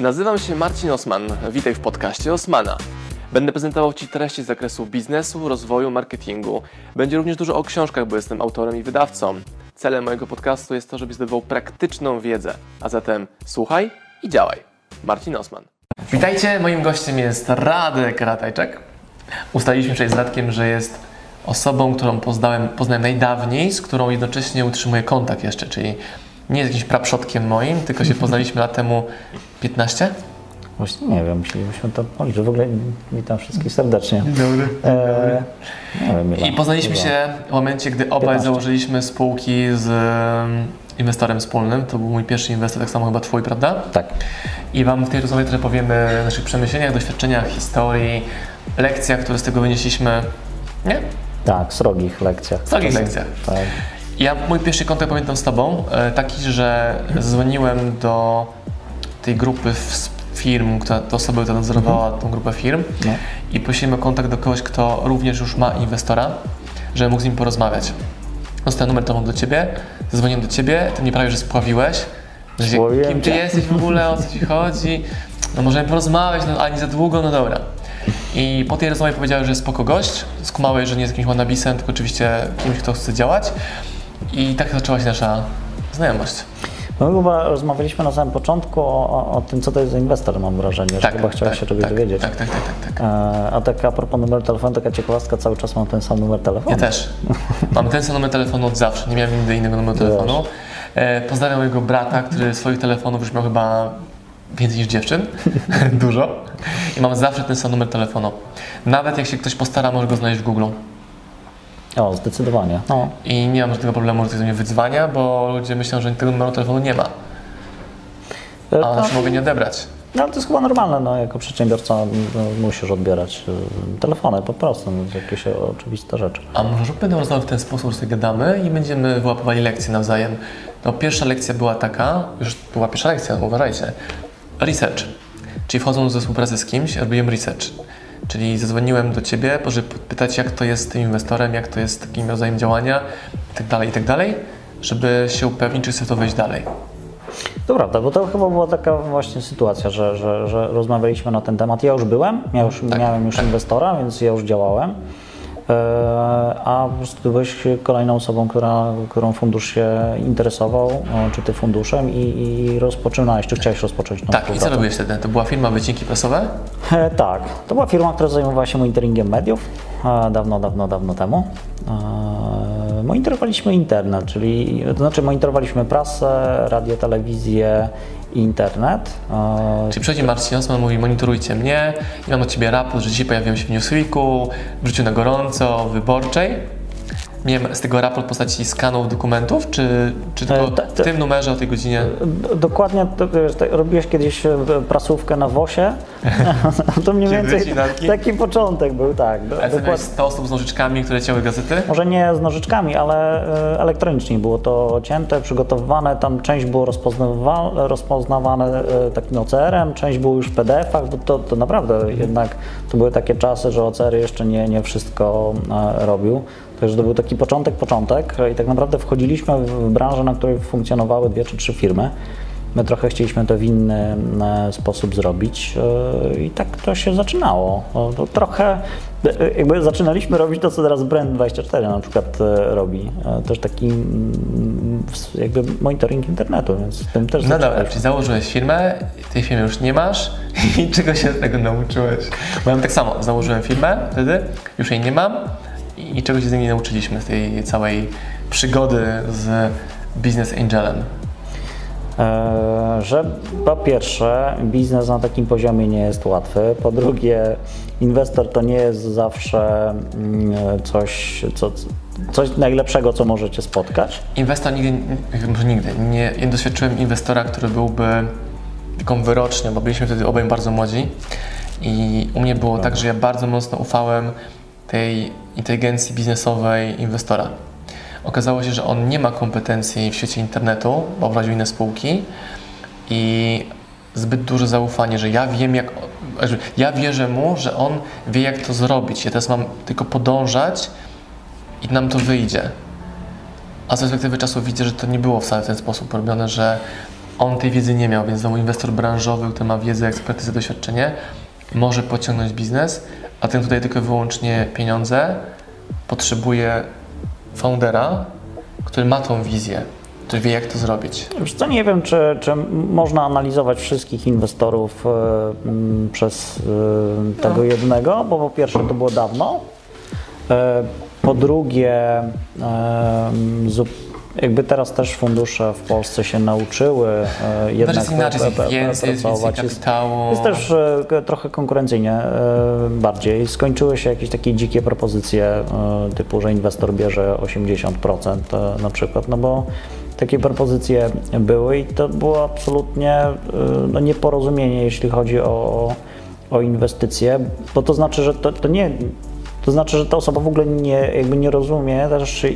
Nazywam się Marcin Osman. Witaj w podcaście Osmana. Będę prezentował Ci treści z zakresu biznesu, rozwoju, marketingu. Będzie również dużo o książkach, bo jestem autorem i wydawcą. Celem mojego podcastu jest to, żebyś zdobywał praktyczną wiedzę. A zatem słuchaj i działaj. Marcin Osman. Witajcie, moim gościem jest Radek Ratajczak. Ustaliliśmy wczoraj z Radkiem, że jest osobą, którą poznałem najdawniej, z którą jednocześnie utrzymuję kontakt jeszcze, czyli nie jest jakimś praprzodkiem moim, tylko się poznaliśmy lat temu 15? Właśnie nie wiem, musielibyśmy to policzyć. W ogóle witam wszystkich serdecznie. Dzień dobry. Nie wiem, I poznaliśmy się w momencie, gdy obaj 15. założyliśmy spółki z inwestorem wspólnym. To był mój pierwszy inwestor, tak samo chyba twój, prawda? Tak. I Wam w tej rozmowie trochę powiemy o naszych przemyśleniach, doświadczeniach, historii, lekcjach, które z tego wynieśliśmy. Nie? Tak, srogich lekcjach. Srogich lekcjach. Tak. Ja mój pierwszy kontakt pamiętam z Tobą, taki, że dzwoniłem do tej grupy firm, ta osoba, która nadzorowała tą grupę firm i prosiłem o kontakt do kogoś, kto również już ma inwestora, żeby mógł z nim porozmawiać. Dostałem numer telefonu do Ciebie, zadzwoniłem do Ciebie, Ty mnie prawie że spławiłeś. Kim Ty jesteś w ogóle, o co Ci chodzi? No możemy porozmawiać, no ale nie za długo, no dobra. I po tej rozmowie powiedziałeś, że jest spoko gość, skumałeś, że nie jest jakimś wanabisem, tylko oczywiście kimś, kto chce działać. I tak zaczęła się nasza znajomość. No chyba rozmawialiśmy na samym początku o tym, co to jest za inwestor, mam wrażenie, że chyba chciałeś się czegoś dowiedzieć. Tak. A tak a propos numeru telefonu, taka ciekawostka, cały czas mam ten sam numer telefonu. Ja też. Mam ten sam numer telefonu od zawsze, nie miałem nigdy innego numeru telefonu. Pozdrawiam mojego brata, który swoich telefonów już miał chyba więcej niż dziewczyn, dużo. I mam zawsze ten sam numer telefonu. Nawet jak się ktoś postara, może go znaleźć w Google. O, zdecydowanie. No. I nie mam żadnego problemu, że ktoś do mnie wydzwania, bo ludzie myślą, że tego numeru telefonu nie ma. A już mogę nie odebrać. No ale to jest chyba normalne, no, jako przedsiębiorca musisz odbierać telefony po prostu, no, jakieś oczywiste rzeczy. A może będę rozmawiał w ten sposób, że sobie gadamy i będziemy wyłapowali lekcje nawzajem. No pierwsza lekcja była taka, już była pierwsza lekcja, uważajcie, research. Czyli wchodząc do współpracy z kimś, robiłem research. Czyli zadzwoniłem do Ciebie, żeby pytać, jak to jest z tym inwestorem, jak to jest z takim rodzajem działania i tak dalej, żeby się upewnić, czy chce to wejść dalej. To prawda, bo to chyba była taka właśnie sytuacja, że rozmawialiśmy na ten temat. Ja już byłem, miałem już inwestora, więc ja już działałem, a po prostu byłeś kolejną osobą, którą fundusz się interesował, czy Ty funduszem i rozpoczynałeś, czy chciałeś rozpocząć tą Tak, i co robiłeś wtedy? To była firma Wycinki Prasowe? Tak, to była firma, która zajmowała się monitoringiem mediów dawno temu. Monitorowaliśmy internet, monitorowaliśmy prasę, radio, telewizję i internet. Czyli przychodzi Marcin Osman, mówi: monitorujcie mnie i mam od Ciebie raport, że dzisiaj pojawiłem się w Newsweeku, w Życiu na gorąco, Wyborczej. Miałem z tego raport w postaci skanów dokumentów, czy tylko w tym numerze o tej godzinie? Dokładnie, robiłeś kiedyś prasówkę na WOS-ie, to mniej więcej taki początek był, tak. Ale to miałeś 100 osób z nożyczkami, które cięły gazety? Może nie z nożyczkami, ale elektronicznie było to cięte, przygotowywane, tam część było rozpoznawane takim OCR-em, część było już w PDF-ach, bo to naprawdę jednak to były takie czasy, że OCR jeszcze nie wszystko robił. Także to był taki początek i tak naprawdę wchodziliśmy w branżę, na której funkcjonowały 2 czy 3 firmy. My trochę chcieliśmy to w inny sposób zrobić i tak to się zaczynało. To trochę jakby zaczynaliśmy robić to, co teraz Brand24 na przykład robi. Też taki jakby monitoring internetu, więc z tym też No dobra, czyli założyłeś firmę, tej firmy już nie masz i czego się z tego nauczyłeś? Bo ja tak samo, założyłem firmę wtedy, już jej nie mam. I czego się z nimi nauczyliśmy z tej całej przygody z Business Angelem? Że po pierwsze biznes na takim poziomie nie jest łatwy, po drugie inwestor to nie jest zawsze coś najlepszego, co możecie spotkać. Inwestor nigdy nie doświadczyłem inwestora, który byłby taką wyrocznią, bo byliśmy wtedy obaj bardzo młodzi i u mnie było tak, że ja bardzo mocno ufałem tej inteligencji biznesowej inwestora. Okazało się, że on nie ma kompetencji w świecie internetu, bo prowadził inne spółki i zbyt duże zaufanie, że ja wierzę mu, że on wie, jak to zrobić. Ja teraz mam tylko podążać i nam to wyjdzie. A z perspektywy czasu widzę, że to nie było wcale w ten sposób robione, że on tej wiedzy nie miał, więc znowu inwestor branżowy, który ma wiedzę, ekspertyzę, doświadczenie, może pociągnąć biznes, a ten tutaj tylko i wyłącznie pieniądze potrzebuje foundera, który ma tą wizję, który wie, jak to zrobić. Wiesz co, nie wiem, czy można analizować wszystkich inwestorów przez tego jednego, bo po pierwsze to było dawno, po drugie jakby teraz też fundusze w Polsce się nauczyły jednak jest inaczej, jest więcej kapitału. Jest też trochę konkurencyjnie bardziej. Skończyły się jakieś takie dzikie propozycje typu, że inwestor bierze 80% na przykład, no bo takie propozycje były i to było absolutnie no, nieporozumienie, jeśli chodzi o inwestycje, bo to znaczy, że to nie... To znaczy, że ta osoba w ogóle nie rozumie też,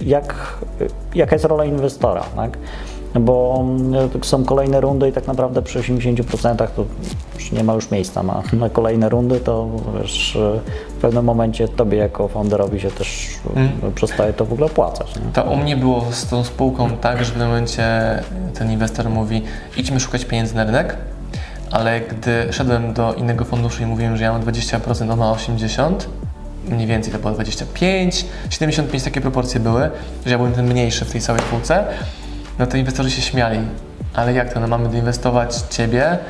jaka jest rola inwestora, tak? Bo są kolejne rundy i tak naprawdę przy 80% to już nie ma już miejsca na kolejne rundy, to wiesz, w pewnym momencie tobie jako founderowi się też przestaje to w ogóle opłacać. Nie? To u mnie było z tą spółką tak, że w pewnym momencie ten inwestor mówi, idźmy szukać pieniędzy na rynek, ale gdy szedłem do innego funduszu i mówiłem, że ja mam 20%, on ma 80%, mniej więcej to było 25, 75 takie proporcje były, że ja byłem ten mniejszy w tej całej spółce, no to inwestorzy się śmiali. Ale jak to? No mamy doinwestować Ciebie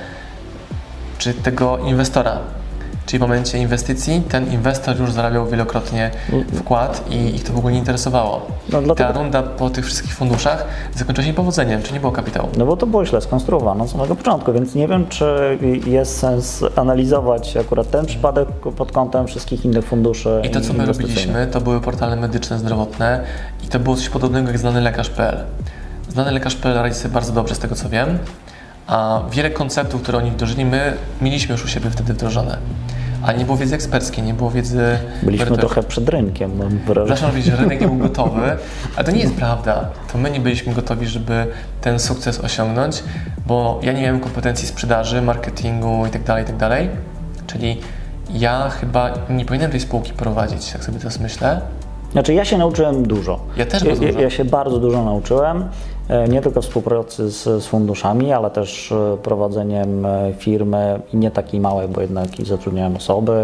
czy tego inwestora? Czyli w momencie inwestycji ten inwestor już zarabiał wielokrotnie wkład i ich to w ogóle nie interesowało. No, dlatego... Ta runda po tych wszystkich funduszach zakończyła się niepowodzeniem, czy nie było kapitału? No bo to było źle skonstruowane od samego początku, więc nie wiem, czy jest sens analizować akurat ten przypadek pod kątem wszystkich innych funduszy. I to, co my robiliśmy, to były portale medyczne, zdrowotne i to było coś podobnego jak znanylekarz.pl. Znanylekarz.pl radzi sobie bardzo dobrze z tego, co wiem, a wiele konceptów, które oni wdrożyli, my mieliśmy już u siebie wtedy wdrożone. Ale nie było wiedzy eksperckiej, nie było wiedzy... Byliśmy trochę przed rynkiem. Zawsze mówić, że rynek nie był gotowy, ale to nie jest prawda. To my nie byliśmy gotowi, żeby ten sukces osiągnąć, bo ja nie miałem kompetencji sprzedaży, marketingu itd. Czyli ja chyba nie powinienem tej spółki prowadzić, jak sobie teraz myślę. Znaczy ja się nauczyłem dużo. Ja też bardzo dużo. Ja się bardzo dużo nauczyłem, nie tylko współpracy z funduszami, ale też prowadzeniem firmy i nie takiej małej, bo jednak i zatrudniałem osoby,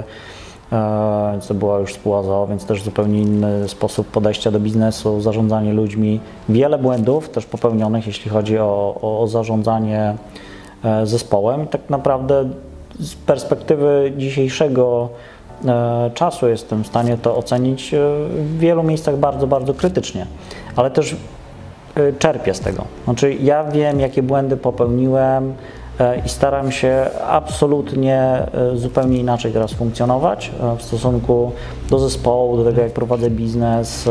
więc to była już spółka z o.o., więc też zupełnie inny sposób podejścia do biznesu, zarządzanie ludźmi. Wiele błędów też popełnionych, jeśli chodzi o zarządzanie zespołem. I tak naprawdę z perspektywy dzisiejszego czasu jestem w stanie to ocenić w wielu miejscach bardzo, bardzo krytycznie, ale też czerpię z tego. Znaczy ja wiem, jakie błędy popełniłem i staram się absolutnie zupełnie inaczej teraz funkcjonować w stosunku do zespołu, do tego, jak prowadzę biznes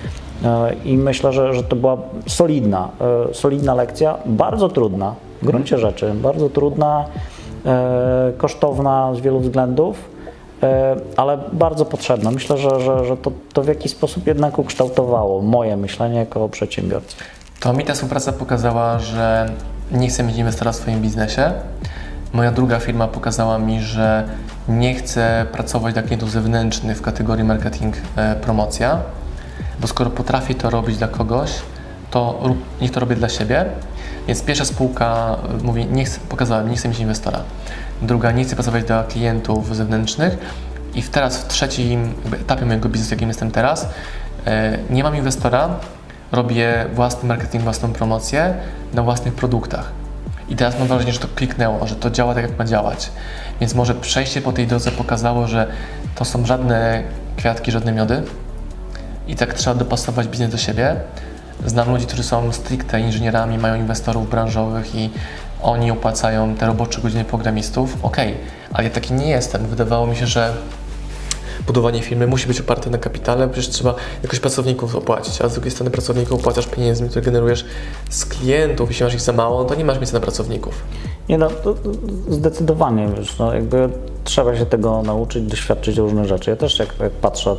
i myślę, że to była solidna lekcja, bardzo trudna w gruncie rzeczy, bardzo trudna, kosztowna z wielu względów, ale bardzo potrzebna. Myślę, że to w jakiś sposób jednak ukształtowało moje myślenie jako przedsiębiorcy. To mi ta współpraca pokazała, że nie chcę mieć inwestora w swoim biznesie. Moja druga firma pokazała mi, że nie chcę pracować dla klientów zewnętrznych w kategorii marketing, promocja, bo skoro potrafię to robić dla kogoś, to niech to robię dla siebie. Więc pierwsza spółka mówi, pokazała, nie chcę mieć inwestora. Druga, nie chcę pracować dla klientów zewnętrznych i teraz w trzecim etapie mojego biznesu, jakim jestem teraz, nie mam inwestora, robię własny marketing, własną promocję na własnych produktach. I teraz mam wrażenie, że to kliknęło, że to działa tak, jak ma działać. Więc może przejście po tej drodze pokazało, że to są żadne kwiatki, żadne miody i tak trzeba dopasować biznes do siebie. Znam ludzi, którzy są stricte inżynierami, mają inwestorów branżowych i oni opłacają te robocze godziny programistów. Okej, ale ja taki nie jestem. Wydawało mi się, że budowanie firmy musi być oparte na kapitale, bo przecież trzeba jakoś pracowników opłacić, a z drugiej strony pracowników opłacasz pieniędzmi, które generujesz z klientów. Jeśli masz ich za mało, to nie masz miejsca na pracowników. Nie no, to zdecydowanie, wiesz, no jakby trzeba się tego nauczyć, doświadczyć różnych rzeczy. Ja też jak patrzę,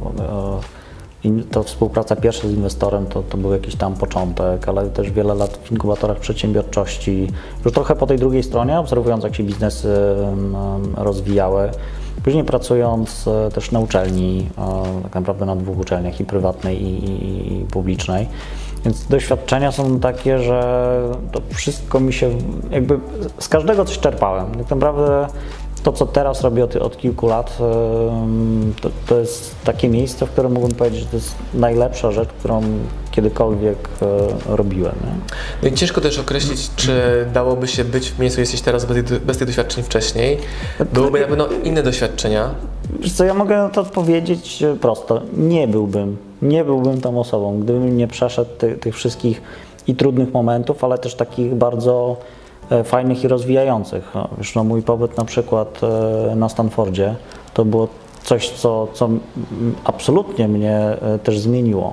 to współpraca pierwsza z inwestorem to był jakiś tam początek, ale też wiele lat w inkubatorach przedsiębiorczości. Już trochę po tej drugiej stronie, obserwując, jak się biznesy rozwijały. Później pracując też na uczelni, tak naprawdę na dwóch uczelniach, i prywatnej, i publicznej. Więc doświadczenia są takie, że to wszystko mi się, jakby z każdego coś czerpałem. Tak naprawdę to, co teraz robię od kilku lat, to jest takie miejsce, w którym mógłbym powiedzieć, że to jest najlepsza rzecz, którą kiedykolwiek robiłem. Nie? No i ciężko też określić, czy dałoby się być w miejscu, jesteś teraz bez tych doświadczeń wcześniej. Byłyby na pewno inne doświadczenia. Wiesz co, ja mogę na to odpowiedzieć prosto. Nie byłbym tą osobą, gdybym nie przeszedł tych wszystkich i trudnych momentów, ale też takich bardzo fajnych i rozwijających. Już mój pobyt na przykład na Stanfordzie to było coś, co absolutnie mnie też zmieniło.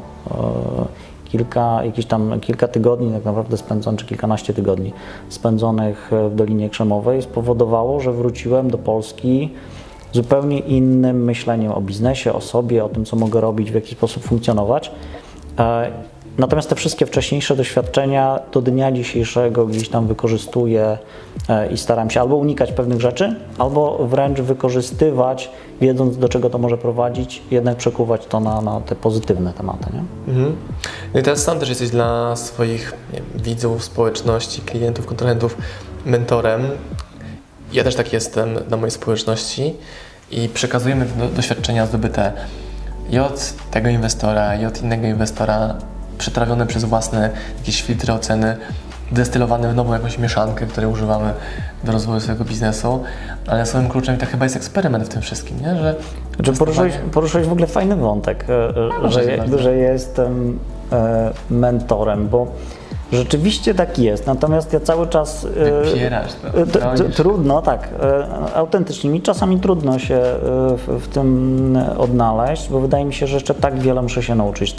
Kilka tygodni tak naprawdę spędzonych, czy kilkanaście tygodni spędzonych w Dolinie Krzemowej spowodowało, że wróciłem do Polski zupełnie innym myśleniem o biznesie, o sobie, o tym, co mogę robić, w jaki sposób funkcjonować. Natomiast te wszystkie wcześniejsze doświadczenia do dnia dzisiejszego gdzieś tam wykorzystuję i staram się albo unikać pewnych rzeczy, albo wręcz wykorzystywać, wiedząc, do czego to może prowadzić, jednak przekuwać to na te pozytywne tematy. Nie? Mhm. No i teraz sam też jesteś dla swoich widzów, społeczności, klientów, kontrahentów mentorem. Ja też tak jestem dla mojej społeczności i przekazujemy doświadczenia zdobyte i od tego inwestora, i od innego inwestora, przetrawione przez własne jakieś filtry oceny, destylowane w nową jakąś mieszankę, której używamy do rozwoju swojego biznesu, ale słowem kluczem to chyba jest eksperyment w tym wszystkim, nie? Że poruszyłeś w ogóle fajny wątek, że jestem mentorem, bo rzeczywiście tak jest, natomiast ja cały czas... Wypierasz to. Trudno, tak, autentycznie. Mi czasami trudno się w tym odnaleźć, bo wydaje mi się, że jeszcze tak wiele muszę się nauczyć,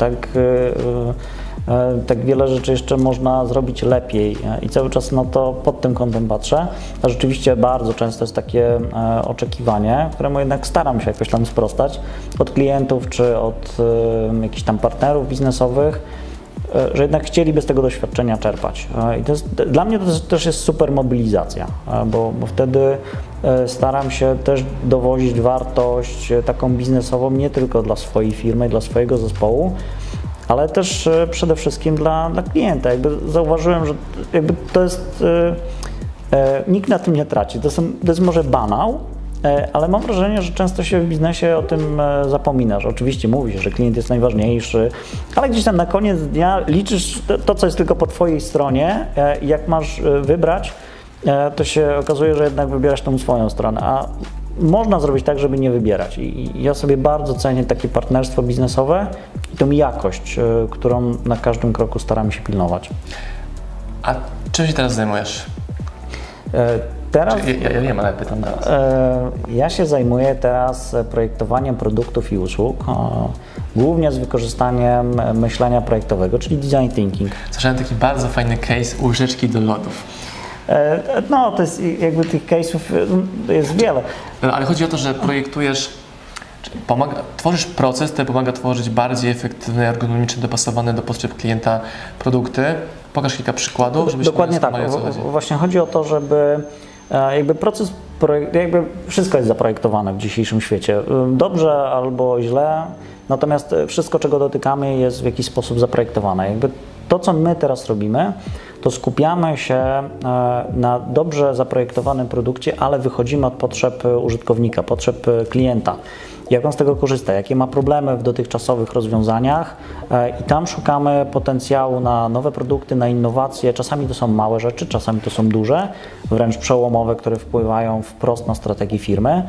tak wiele rzeczy jeszcze można zrobić lepiej i cały czas na to pod tym kątem patrzę. A rzeczywiście bardzo często jest takie oczekiwanie, któremu jednak staram się jakoś tam sprostać od klientów czy od jakichś tam partnerów biznesowych, że jednak chcieliby z tego doświadczenia czerpać. I to jest, dla mnie to też jest super mobilizacja, bo wtedy staram się też dowozić wartość taką biznesową nie tylko dla swojej firmy, dla swojego zespołu, ale też przede wszystkim dla klienta. Jakby zauważyłem, że jakby to jest, nikt na tym nie traci. To jest może banał, ale mam wrażenie, że często się w biznesie o tym zapomina, że oczywiście mówi się, że klient jest najważniejszy, ale gdzieś tam na koniec dnia liczysz to, co jest tylko po twojej stronie. Jak masz wybrać, to się okazuje, że jednak wybierasz tą swoją stronę, a można zrobić tak, żeby nie wybierać. I ja sobie bardzo cenię takie partnerstwo biznesowe i tą jakość, którą na każdym kroku staramy się pilnować. A czym się teraz zajmujesz? Teraz, ja wiem, ale pytam teraz. Ja się zajmuję teraz projektowaniem produktów i usług, głównie z wykorzystaniem myślenia projektowego, czyli design thinking. Słyszałem taki bardzo fajny case łyżeczki do lodów. No, to jest jakby tych case'ów jest wiele. Ale chodzi o to, że projektujesz, tworzysz proces, który pomaga tworzyć bardziej efektywne, ergonomicznie dopasowane do potrzeb klienta produkty. Pokaż kilka przykładów, żebyśmy dokładnie tak. Właśnie chodzi o to, żeby jakby proces, jakby wszystko jest zaprojektowane w dzisiejszym świecie. Dobrze albo źle, natomiast wszystko, czego dotykamy, jest w jakiś sposób zaprojektowane. Jakby to, co my teraz robimy, to skupiamy się na dobrze zaprojektowanym produkcie, ale wychodzimy od potrzeb użytkownika, potrzeb klienta. Jak on z tego korzysta, jakie ma problemy w dotychczasowych rozwiązaniach i tam szukamy potencjału na nowe produkty, na innowacje. Czasami to są małe rzeczy, czasami to są duże, wręcz przełomowe, które wpływają wprost na strategię firmy.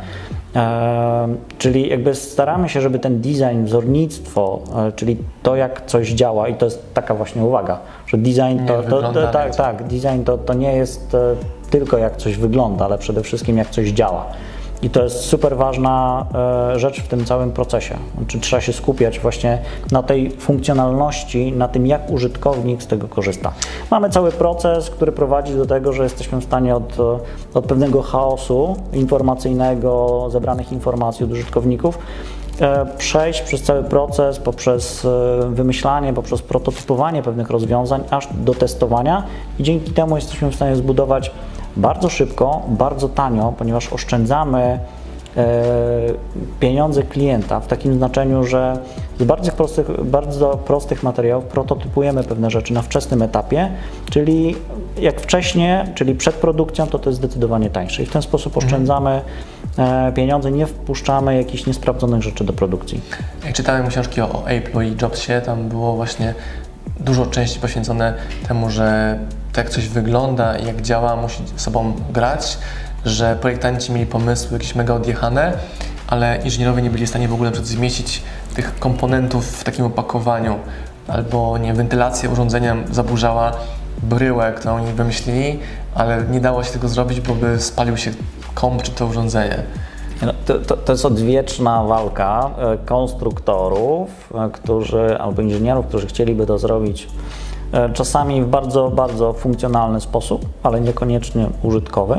Czyli jakby staramy się, żeby ten design, wzornictwo, czyli to, jak coś działa, i to jest taka właśnie uwaga, że design design to nie jest tylko jak coś wygląda, ale przede wszystkim jak coś działa. I to jest super ważna rzecz w tym całym procesie. Znaczy, trzeba się skupiać właśnie na tej funkcjonalności, na tym, jak użytkownik z tego korzysta. Mamy cały proces, który prowadzi do tego, że jesteśmy w stanie od pewnego chaosu informacyjnego, zebranych informacji od użytkowników, przejść przez cały proces, poprzez wymyślanie, poprzez prototypowanie pewnych rozwiązań, aż do testowania i dzięki temu jesteśmy w stanie zbudować bardzo szybko, bardzo tanio, ponieważ oszczędzamy pieniądze klienta w takim znaczeniu, że z bardzo prostych materiałów prototypujemy pewne rzeczy na wczesnym etapie, czyli jak wcześniej, czyli przed produkcją, to jest zdecydowanie tańsze i w ten sposób oszczędzamy pieniądze, nie wpuszczamy jakichś niesprawdzonych rzeczy do produkcji. Jak czytałem książki o Apple'u i Jobsie, tam było właśnie dużo części poświęcone temu, że tak jak coś wygląda i jak działa, musi z sobą grać, że projektanci mieli pomysły jakieś mega odjechane, ale inżynierowie nie byli w stanie w ogóle zmieścić tych komponentów w takim opakowaniu, albo nie, wentylacja urządzenia zaburzała bryłę, którą oni wymyślili, ale nie dało się tego zrobić, bo by spalił się komp czy to urządzenie. To jest odwieczna walka konstruktorów, albo inżynierów, którzy chcieliby to zrobić czasami w bardzo, bardzo funkcjonalny sposób, ale niekoniecznie użytkowy.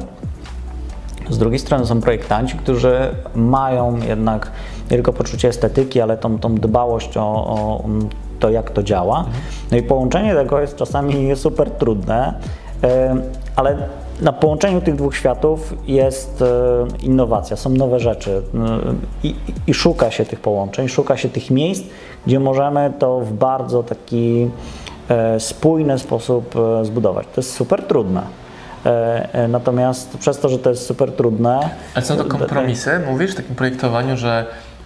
Z drugiej strony są projektanci, którzy mają jednak nie tylko poczucie estetyki, ale tą dbałość o to, jak to działa. No i połączenie tego jest czasami super trudne, ale na połączeniu tych dwóch światów jest innowacja, są nowe rzeczy i szuka się tych połączeń, szuka się tych miejsc, gdzie możemy to w bardzo taki spójny sposób zbudować. To jest super trudne. Natomiast przez to, że to jest super trudne... Ale są to kompromisy, mówisz, w takim projektowaniu, że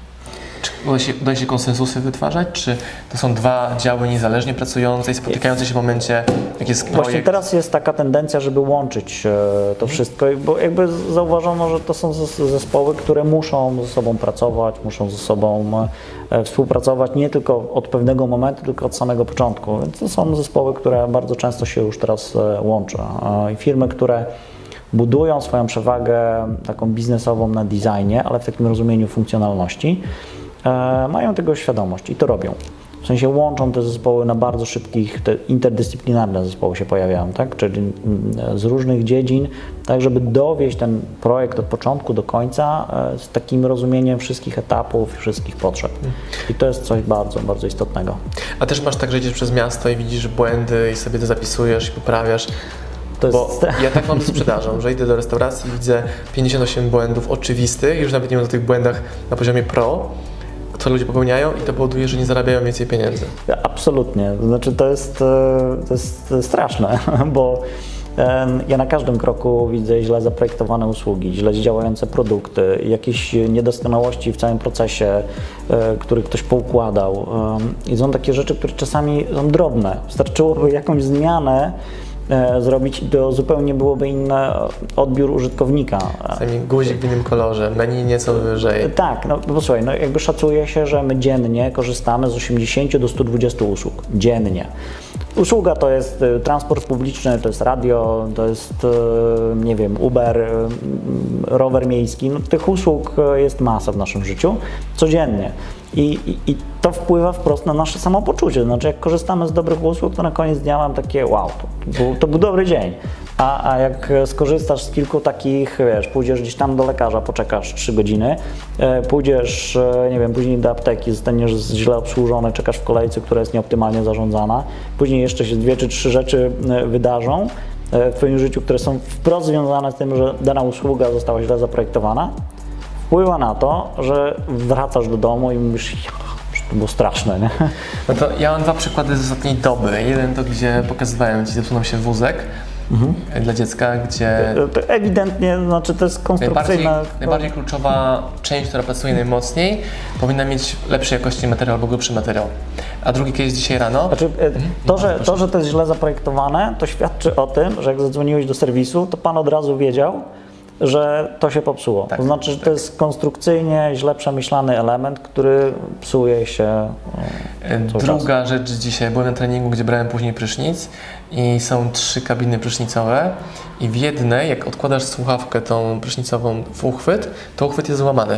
udaje się konsensusy wytwarzać, czy to są dwa działy niezależnie pracujące i spotykające się w momencie, jak jest projekt? Właśnie teraz jest taka tendencja, żeby łączyć to wszystko, bo jakby zauważono, że to są zespoły, które muszą ze sobą pracować, muszą ze sobą współpracować nie tylko od pewnego momentu, tylko od samego początku. Więc to są zespoły, które bardzo często się już teraz łączą. I firmy, które budują swoją przewagę taką biznesową na designie, ale w takim rozumieniu funkcjonalności, mają tego świadomość i to robią. W sensie łączą te zespoły na bardzo szybkich, te interdyscyplinarne zespoły się pojawiają, tak? Czyli z różnych dziedzin, tak żeby dowieść ten projekt od początku do końca z takim rozumieniem wszystkich etapów, wszystkich potrzeb. I to jest coś bardzo, bardzo istotnego. A też masz tak, że idziesz przez miasto i widzisz błędy i sobie to zapisujesz i poprawiasz. Bo ja tak mam z sprzedażą, że idę do restauracji i widzę 58 błędów oczywistych, już nawet nie wiem o tych błędach na poziomie pro, które ludzie popełniają i to powoduje, że nie zarabiają więcej pieniędzy. Absolutnie, to znaczy to jest straszne, bo ja na każdym kroku widzę źle zaprojektowane usługi, źle działające produkty, jakieś niedoskonałości w całym procesie, który ktoś poukładał. I są takie rzeczy, które czasami są drobne. Wystarczyłoby jakąś zmianę zrobić i to zupełnie byłoby inny odbiór użytkownika. Czasami guzik w innym kolorze, menu nieco wyżej. Tak, no bo słuchaj, no jakby szacuje się, że my dziennie korzystamy z 80 do 120 usług. Dziennie. Usługa to jest transport publiczny, to jest radio, to jest, nie wiem, Uber, rower miejski. No, tych usług jest masa w naszym życiu codziennie. I to wpływa wprost na nasze samopoczucie. Znaczy, jak korzystamy z dobrych usług, to na koniec dnia mam takie wow, to był dobry dzień. A jak skorzystasz z kilku takich, wiesz, pójdziesz gdzieś tam do lekarza, poczekasz 3 godziny, pójdziesz, nie wiem, później do apteki, zostaniesz źle obsłużony, czekasz w kolejce, która jest nieoptymalnie zarządzana, później jeszcze się 2 czy 3 rzeczy wydarzą w Twoim życiu, które są wprost związane z tym, że dana usługa została źle zaprojektowana, wpływa na to, że wracasz do domu i mówisz, że to było straszne, nie? No to ja mam 2 przykłady z ostatniej doby. Jeden to, gdzie pokazywałem Ci, zepsunął się wózek dla dziecka, gdzie... To ewidentnie, znaczy to jest konstrukcyjne... Najbardziej kluczowa część, która pracuje najmocniej, powinna mieć lepszej jakości materiał albo grubszy materiał. A drugi case dzisiaj rano... Znaczy, to, że to jest źle zaprojektowane, to świadczy o tym, że jak zadzwoniłeś do serwisu, to Pan od razu wiedział, że to się popsuło. Tak, to znaczy, że to jest konstrukcyjnie źle przemyślany element, który psuje się. Druga rzecz dzisiaj, byłem na treningu, gdzie brałem później prysznic i są 3 kabiny prysznicowe i w jednej, jak odkładasz słuchawkę tą prysznicową w uchwyt, to uchwyt jest złamany.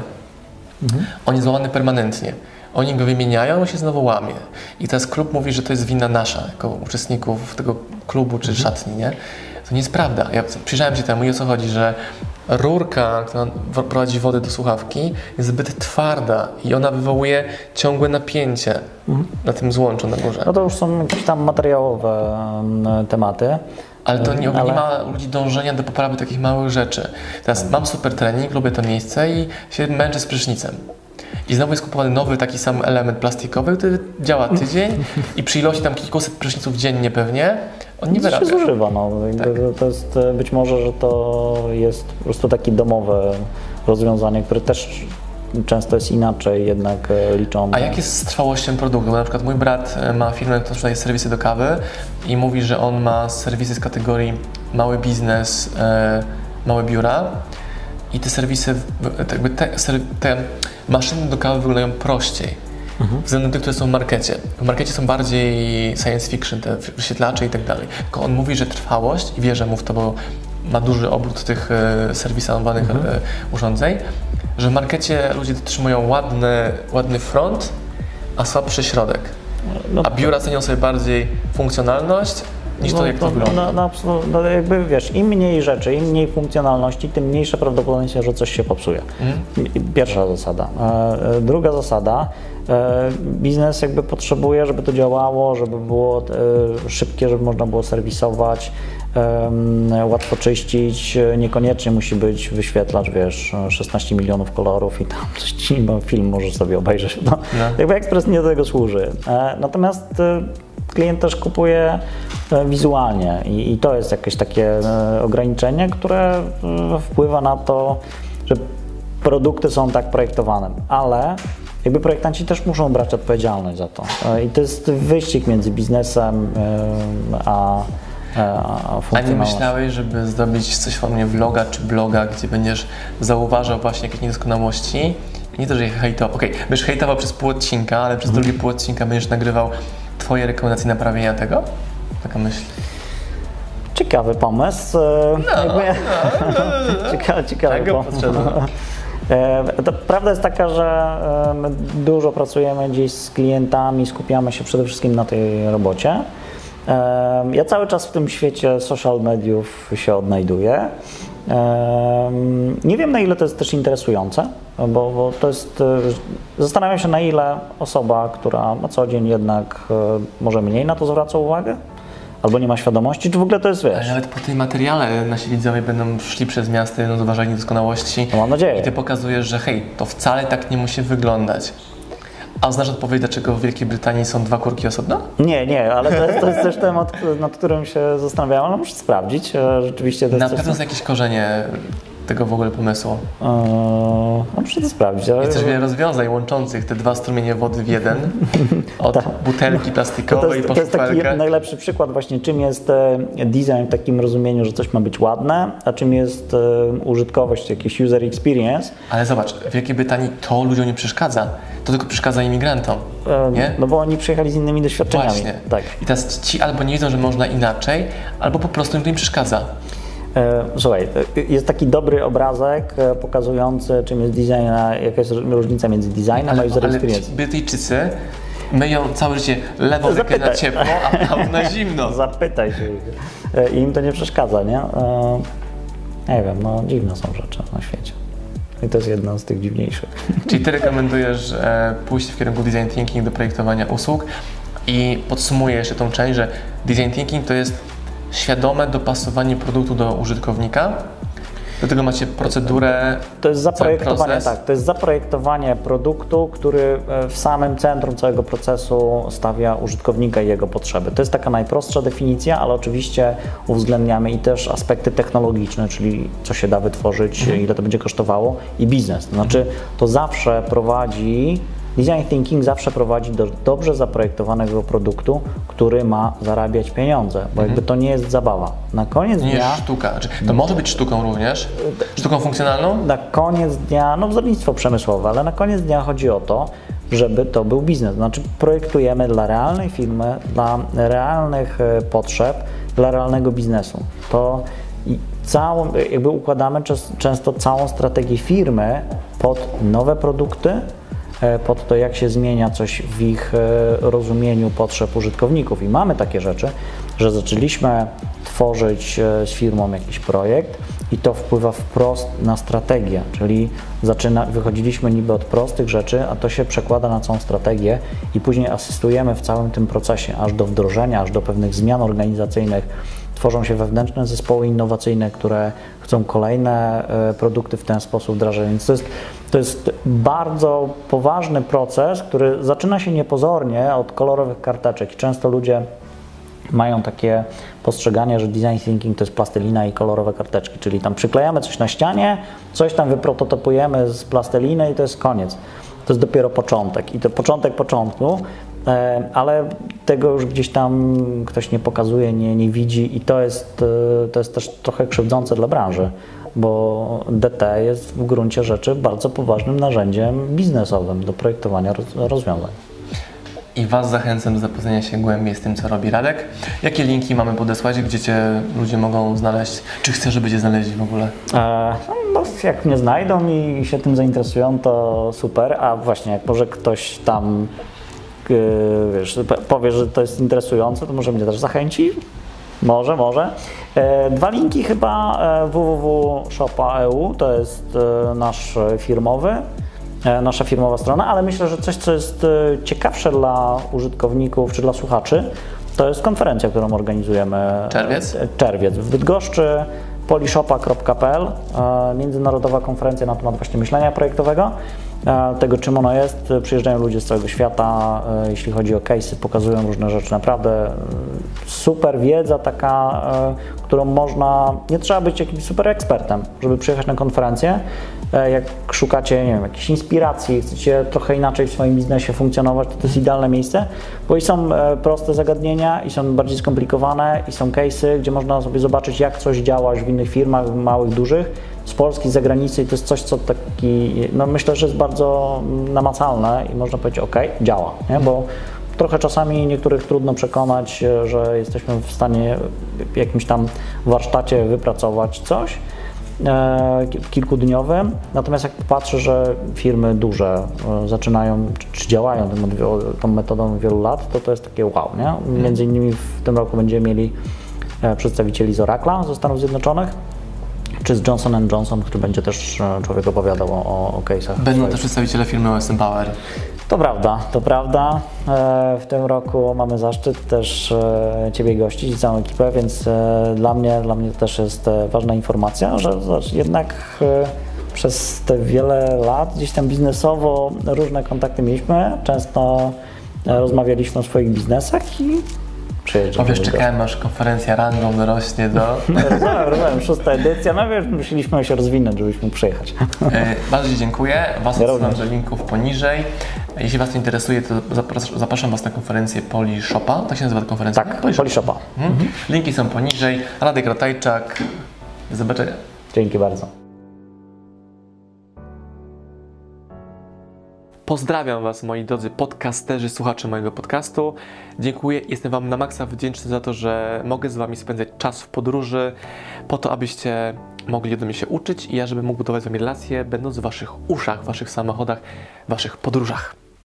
On jest złamany permanentnie. Oni go wymieniają, on się znowu łamie. I teraz klub mówi, że to jest wina nasza, jako uczestników tego klubu czy szatni, nie? To nie jest prawda. Ja przyjrzałem się temu i o co chodzi, że rurka, która prowadzi wodę do słuchawki, jest zbyt twarda i ona wywołuje ciągłe napięcie na tym złączu na górze. No to już są jakieś tam materiałowe tematy. Ale to nie ma ludzi dążenia do poprawy takich małych rzeczy. Teraz mam super trening, lubię to miejsce i się męczę z prysznicem. I znowu jest kupowany nowy taki sam element plastikowy, który działa tydzień i przy ilości tam kilkuset pryszniców dziennie pewnie, on nie wyrabia. To się zużywa, no. To jest być może, że to jest po prostu takie domowe rozwiązanie, które też często jest inaczej jednak liczone. A jak jest z trwałością produktu? Bo na przykład mój brat ma firmę, która sprzedaje serwisy do kawy i mówi, że on ma serwisy z kategorii mały biznes, małe biura i te serwisy, te maszyny do kawy wyglądają prościej względem tych, które są w markecie. W markecie są bardziej science fiction, te wyświetlacze i tak dalej. Tylko on mówi, że trwałość, i wierzę mu w to, bo ma duży obrót tych serwisowanych urządzeń, że w markecie ludzie dotrzymują ładny front, a słabszy środek. A biura cenią sobie bardziej funkcjonalność niż to, jak to wygląda. No, jakby wiesz, im mniej rzeczy, im mniej funkcjonalności, tym mniejsze prawdopodobieństwo, że coś się popsuje. Pierwsza zasada. Druga zasada, biznes jakby potrzebuje, żeby to działało, żeby było szybkie, żeby można było serwisować, łatwo czyścić, niekoniecznie musi być wyświetlacz, wiesz, 16 milionów kolorów i tam coś ci, film możesz sobie obejrzeć. No. Jakby ekspres nie do tego służy. Natomiast klient też kupuje wizualnie i to jest jakieś takie ograniczenie, które wpływa na to, że produkty są tak projektowane, ale jakby projektanci też muszą brać odpowiedzialność za to. I to jest wyścig między biznesem a A nie myślałeś, żeby zrobić coś w formie vloga czy bloga, gdzie będziesz zauważał właśnie jakieś niedoskonałości? Nie to, że je hejtował. Okej, będziesz hejtował przez pół odcinka, ale przez drugi pół odcinka będziesz nagrywał Twoje rekomendacje naprawienia tego? Taka myśl. Ciekawy pomysł. Ciekawy pomysł. To prawda jest taka, że my dużo pracujemy gdzieś z klientami, skupiamy się przede wszystkim na tej robocie. Ja cały czas w tym świecie social mediów się odnajduję. Nie wiem, na ile to jest też interesujące, bo to jest, zastanawiam się, na ile osoba, która na co dzień jednak może mniej na to zwraca uwagę, albo nie ma świadomości, czy w ogóle to jest, wiesz. Ale nawet po tym materiale nasi widzowie będą szli przez miasto, będą zauważali niedoskonałości. No, mam nadzieję. I ty pokazujesz, że hej, to wcale tak nie musi wyglądać. A znasz odpowiedź, dlaczego w Wielkiej Brytanii są 2 kurki osobno? Nie, ale to jest też temat, nad którym się zastanawiałem, ale muszę sprawdzić. Rzeczywiście to jest na pewno są jakieś korzenie tego w ogóle pomysłu. Muszę to sprawdzić. Jest też wiele rozwiązań łączących te 2 strumienie wody w jeden. Od butelki plastikowej po szpelkę. To jest taki najlepszy przykład właśnie, czym jest design w takim rozumieniu, że coś ma być ładne, a czym jest użytkowość, jakiś user experience. Ale zobacz, w Wielkiej Brytanii to ludziom nie przeszkadza. To tylko przeszkadza imigrantom, nie? No bo oni przyjechali z innymi doświadczeniami. Właśnie. Tak. I teraz ci albo nie wiedzą, że można inaczej, albo po prostu im to nie przeszkadza. Słuchaj, jest taki dobry obrazek pokazujący, czym jest design, jaka jest różnica między designem a user experience. Ale Brytyjczycy myją całe życie lewą rękę na ciepło, a prawą na zimno. Zapytaj się ich. I im to nie przeszkadza, nie? Nie wiem, no dziwne są rzeczy na świecie. I to jest jedna z tych dziwniejszych. Czyli ty rekomendujesz pójść w kierunku design thinking do projektowania usług i podsumuję jeszcze tą część, że design thinking to jest świadome dopasowanie produktu do użytkownika. Do tego macie procedurę, to jest zaprojektowanie, tak, to jest zaprojektowanie produktu, który w samym centrum całego procesu stawia użytkownika i jego potrzeby. To jest taka najprostsza definicja, ale oczywiście uwzględniamy i też aspekty technologiczne, czyli co się da wytworzyć, ile to będzie kosztowało, i biznes. To znaczy, to zawsze prowadzi, design thinking zawsze prowadzi do dobrze zaprojektowanego produktu, który ma zarabiać pieniądze, bo jakby to nie jest zabawa. Na koniec dnia... Nie jest sztuka. Znaczy, to może być sztuką również, sztuką funkcjonalną? Na koniec dnia, no wzornictwo przemysłowe, ale na koniec dnia chodzi o to, żeby to był biznes. Znaczy projektujemy dla realnej firmy, dla realnych potrzeb, dla realnego biznesu. To jakby układamy często całą strategię firmy pod nowe produkty, pod to, jak się zmienia coś w ich rozumieniu potrzeb użytkowników. I mamy takie rzeczy, że zaczęliśmy tworzyć z firmą jakiś projekt i to wpływa wprost na strategię, czyli wychodziliśmy niby od prostych rzeczy, a to się przekłada na całą strategię i później asystujemy w całym tym procesie, aż do wdrożenia, aż do pewnych zmian organizacyjnych tworzą się wewnętrzne zespoły innowacyjne, które chcą kolejne produkty w ten sposób wdrażać. Więc to jest bardzo poważny proces, który zaczyna się niepozornie od kolorowych karteczek. I często ludzie mają takie postrzeganie, że design thinking to jest plastelina i kolorowe karteczki, czyli tam przyklejamy coś na ścianie, coś tam wyprototypujemy z plasteliny i to jest koniec. To jest dopiero początek i to początek początku, ale tego już gdzieś tam ktoś nie pokazuje, nie widzi i to jest też trochę krzywdzące dla branży, bo DT jest w gruncie rzeczy bardzo poważnym narzędziem biznesowym do projektowania rozwiązań. I Was zachęcam do zapoznania się głębiej z tym, co robi Radek. Jakie linki mamy podesłać, gdzie Cię ludzie mogą znaleźć? Czy chcesz, żeby Cię znaleźli w ogóle? No, jak mnie znajdą i się tym zainteresują, to super, a właśnie jak może ktoś tam powie, że to jest interesujące, to może mnie też zachęci? Może. 2 linki chyba, www.shopa.eu, to jest nasza firmowa strona, ale myślę, że coś, co jest ciekawsze dla użytkowników czy dla słuchaczy, to jest konferencja, którą organizujemy. Czerwiec w Bydgoszczy, polishopa.pl, międzynarodowa konferencja na temat właśnie myślenia projektowego, tego czym ono jest. Przyjeżdżają ludzie z całego świata, jeśli chodzi o case'y, pokazują różne rzeczy, naprawdę super wiedza taka, którą nie trzeba być jakimś super ekspertem, żeby przyjechać na konferencję. Jak szukacie, nie wiem, jakiejś inspiracji, chcecie trochę inaczej w swoim biznesie funkcjonować, to jest idealne miejsce, bo i są proste zagadnienia, i są bardziej skomplikowane, i są case'y, gdzie można sobie zobaczyć, jak coś działa już w innych firmach, małych, dużych, z Polski, z zagranicy i to jest coś, co myślę, że jest bardzo namacalne i można powiedzieć, ok, działa, nie? Bo trochę czasami niektórych trudno przekonać, że jesteśmy w stanie w jakimś tam warsztacie wypracować coś kilkudniowym, natomiast jak patrzę, że firmy duże zaczynają, czy działają tą metodą wielu lat, to jest takie wow, nie? Między innymi w tym roku będziemy mieli przedstawicieli z Oracle'a ze Stanów Zjednoczonych, czy z Johnson & Johnson, który będzie też człowiek opowiadał o case'ach. Będą też przedstawiciele firmy OSM Power. To prawda. W tym roku mamy zaszczyt też Ciebie gościć i całą ekipę, więc dla mnie to też jest ważna informacja, że jednak przez te wiele lat gdzieś tam biznesowo różne kontakty mieliśmy, często rozmawialiśmy o swoich biznesach i przyjeżdżamy. Wiesz, czekałem aż konferencja rangą dorośnie do... Rozumiem, 6. edycja, musieliśmy się rozwinąć, żebyśmy przyjechać. Bardzo dziękuję, Was odsyłam do linków poniżej. Jeśli Was to interesuje, to zapraszam Was na konferencję Polishopa, tak się nazywa ta konferencja? Tak, Polishopa. Linki są poniżej. Radek Ratajczak, do zobaczenia. Dzięki bardzo. Pozdrawiam Was, moi drodzy podcasterzy, słuchacze mojego podcastu. Dziękuję, jestem Wam na maksa wdzięczny za to, że mogę z Wami spędzać czas w podróży, po to, abyście mogli ode mnie się uczyć i ja, żebym mógł budować z Wami relacje, będąc w Waszych uszach, w Waszych samochodach, w Waszych podróżach.